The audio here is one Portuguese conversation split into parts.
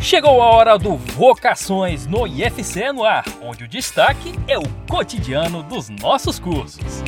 Chegou a hora do Vocações no IFCE no ar, onde o destaque é o cotidiano dos nossos cursos.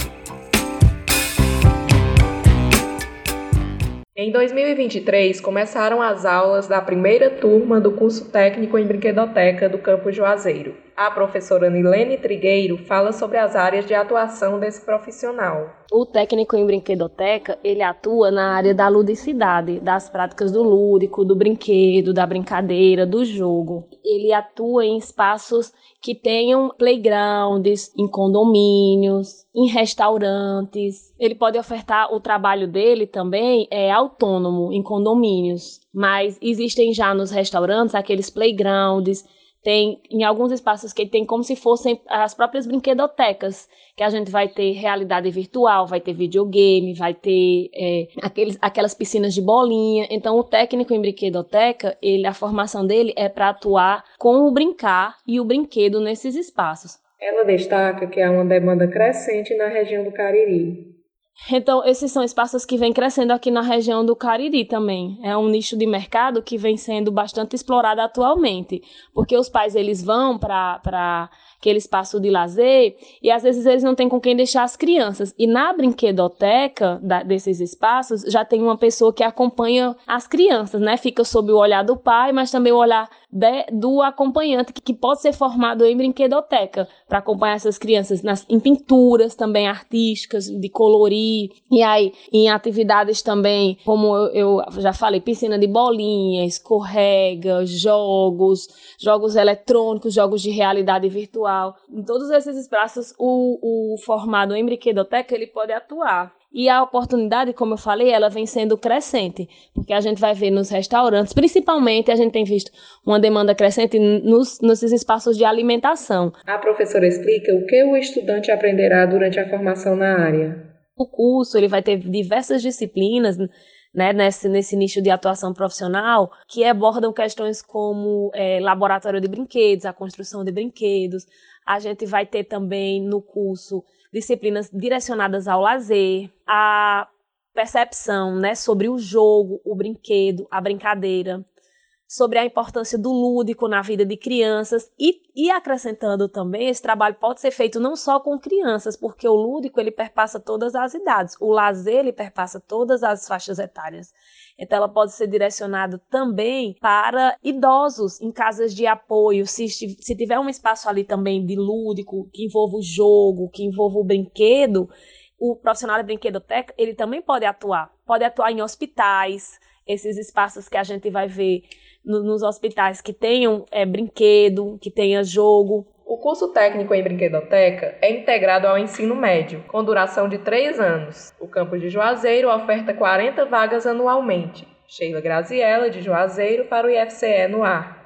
Em 2023, começaram as aulas da primeira turma do curso técnico em brinquedoteca do campus Juazeiro. A professora Nilene Trigueiro fala sobre as áreas de atuação desse profissional. O técnico em brinquedoteca, ele atua na área da ludicidade, das práticas do lúdico, do brinquedo, da brincadeira, do jogo. Ele atua em espaços que tenham playgrounds, em condomínios, em restaurantes. Ele pode ofertar o trabalho dele também autônomo, em condomínios. Mas existem já nos restaurantes aqueles playgrounds. Tem em alguns espaços que tem como se fossem as próprias brinquedotecas, que a gente vai ter realidade virtual, vai ter videogame, vai ter aquelas piscinas de bolinha. Então, o técnico em brinquedoteca, a formação dele é para atuar com o brincar e o brinquedo nesses espaços. Ela destaca que há uma demanda crescente na região do Cariri. Então, esses são espaços que vêm crescendo aqui na região do Cariri também. É um nicho de mercado que vem sendo bastante explorado atualmente, porque os pais eles vão para aquele espaço de lazer e às vezes eles não têm com quem deixar as crianças. E na brinquedoteca desses espaços já tem uma pessoa que acompanha as crianças, né? Fica sob o olhar do pai, mas também o olhar do acompanhante, que pode ser formado em brinquedoteca, para acompanhar essas crianças em pinturas também artísticas, de colorir, e aí em atividades também, como eu já falei, piscina de bolinha, escorrega, jogos eletrônicos, jogos de realidade virtual. Em todos esses espaços, o formado em brinquedoteca, ele pode atuar. E a oportunidade, como eu falei, ela vem sendo crescente, porque a gente vai ver nos restaurantes, principalmente a gente tem visto uma demanda crescente nesses espaços de alimentação. A professora explica o que o estudante aprenderá durante a formação na área. O curso ele vai ter diversas disciplinas, né, nesse nicho de atuação profissional, que abordam questões como laboratório de brinquedos, a construção de brinquedos. A gente vai ter também no curso disciplinas direcionadas ao lazer, à percepção, né, sobre o jogo, o brinquedo, a brincadeira, sobre a importância do lúdico na vida de crianças e acrescentando também, esse trabalho pode ser feito não só com crianças, porque o lúdico ele perpassa todas as idades, o lazer ele perpassa todas as faixas etárias. Então ela pode ser direcionada também para idosos em casas de apoio, se tiver um espaço ali também de lúdico, que envolva o jogo, que envolva o brinquedo, o profissional de brinquedoteca ele também pode atuar em hospitais, esses espaços que a gente vai ver nos hospitais que tenham brinquedo, que tenha jogo. O curso técnico em brinquedoteca é integrado ao ensino médio, com duração de 3 anos. O campus de Juazeiro oferta 40 vagas anualmente. Sheila Graziella, de Juazeiro, para o IFCE no ar.